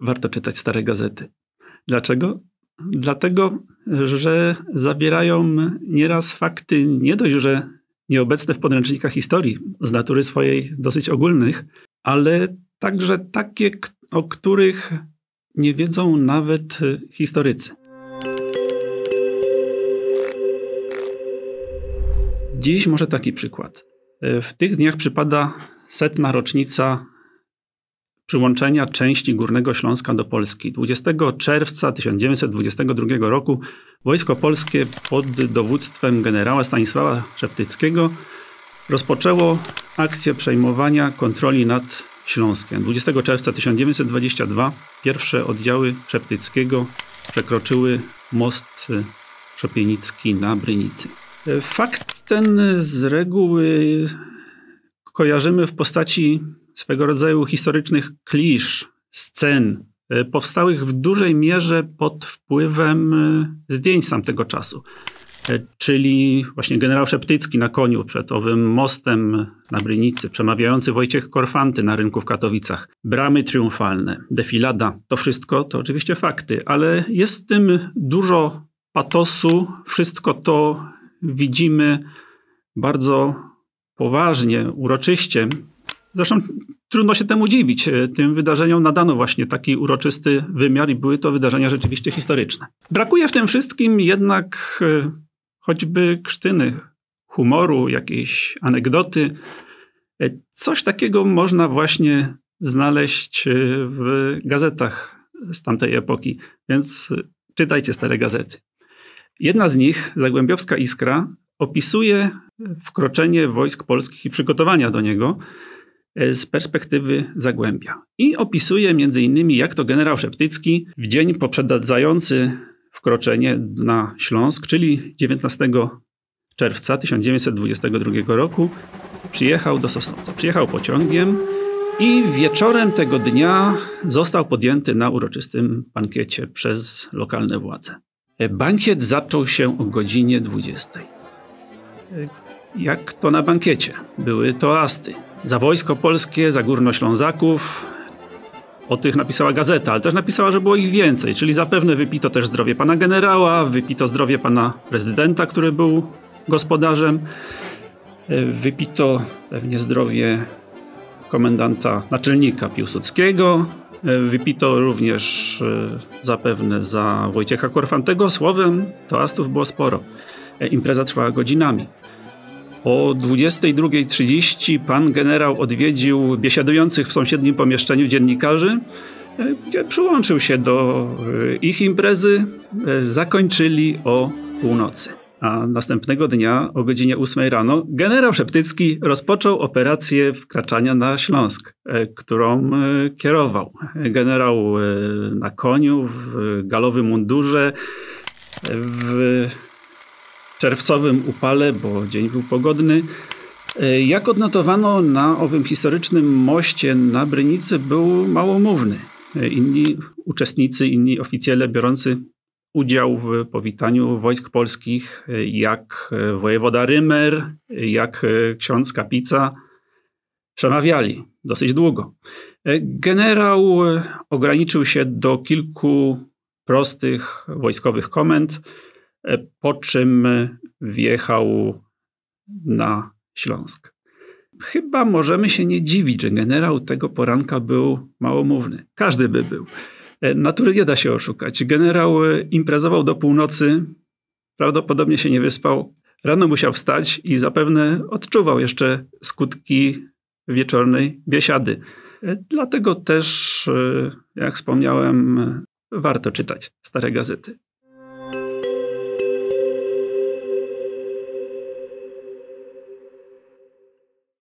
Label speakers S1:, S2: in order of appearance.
S1: warto czytać stare gazety. Dlaczego? Dlatego, że zawierają nieraz fakty nie dość, że nieobecne w podręcznikach historii, z natury swojej dosyć ogólnych, ale także takie, o których nie wiedzą nawet historycy. Dziś może taki przykład. W tych dniach przypada 100. rocznica przyłączenia części Górnego Śląska do Polski. 20 czerwca 1922 roku Wojsko Polskie pod dowództwem generała Stanisława Szeptyckiego rozpoczęło akcję przejmowania kontroli nad Śląskiem. 20 czerwca 1922 pierwsze oddziały Szeptyckiego przekroczyły most Szopienicki na Brynicy. Fakt ten z reguły kojarzymy w postaci swego rodzaju historycznych klisz, scen, powstałych w dużej mierze pod wpływem zdjęć z tamtego czasu. Czyli właśnie generał Szeptycki na koniu przed owym mostem na Brynicy, przemawiający Wojciech Korfanty na rynku w Katowicach, bramy triumfalne, defilada. To wszystko to oczywiście fakty, ale jest w tym dużo patosu. Wszystko to widzimy bardzo poważnie, uroczyście. Zresztą trudno się temu dziwić. Tym wydarzeniom nadano właśnie taki uroczysty wymiar i były to wydarzenia rzeczywiście historyczne. Brakuje w tym wszystkim jednak choćby krztyny, humoru, jakiejś anegdoty. Coś takiego można właśnie znaleźć w gazetach z tamtej epoki, więc czytajcie stare gazety. Jedna z nich, Zagłębiowska Iskra, opisuje wkroczenie wojsk polskich i przygotowania do niego z perspektywy Zagłębia. I opisuje między innymi, jak to generał Szeptycki w dzień poprzedzający wkroczenie na Śląsk, czyli 19 czerwca 1922 roku, przyjechał do Sosnowca. Przyjechał pociągiem i wieczorem tego dnia został podjęty na uroczystym bankiecie przez lokalne władze. Bankiet zaczął się o godzinie 20. Jak to na bankiecie? Były toasty. Za Wojsko Polskie, za Górnoślązaków. O tych napisała gazeta, ale też napisała, że było ich więcej. Czyli zapewne wypito też zdrowie pana generała, wypito zdrowie pana prezydenta, który był gospodarzem. Wypito pewnie zdrowie komendanta naczelnika Piłsudskiego. Wypito również zapewne za Wojciecha Korfantego. Słowem, toastów było sporo. Impreza trwała godzinami. O 22:30 pan generał odwiedził biesiadujących w sąsiednim pomieszczeniu dziennikarzy, gdzie przyłączył się do ich imprezy. Zakończyli o północy. A następnego dnia o godzinie 8 rano generał Szeptycki rozpoczął operację wkraczania na Śląsk, którą kierował. Generał na koniu, w galowym mundurze, w czerwcowym upale, bo dzień był pogodny. Jak odnotowano, na owym historycznym moście na Brynicy był małomówny. Inni uczestnicy, inni oficjele biorący udział w powitaniu wojsk polskich, jak wojewoda Rymer, jak ksiądz Kapica, przemawiali dosyć długo. Generał ograniczył się do kilku prostych wojskowych komend, po czym wjechał na Śląsk. Chyba możemy się nie dziwić, że generał tego poranka był małomówny. Każdy by był. Natury nie da się oszukać. Generał imprezował do północy, prawdopodobnie się nie wyspał. Rano musiał wstać i zapewne odczuwał jeszcze skutki wieczornej biesiady. Dlatego też, jak wspomniałem, warto czytać stare gazety.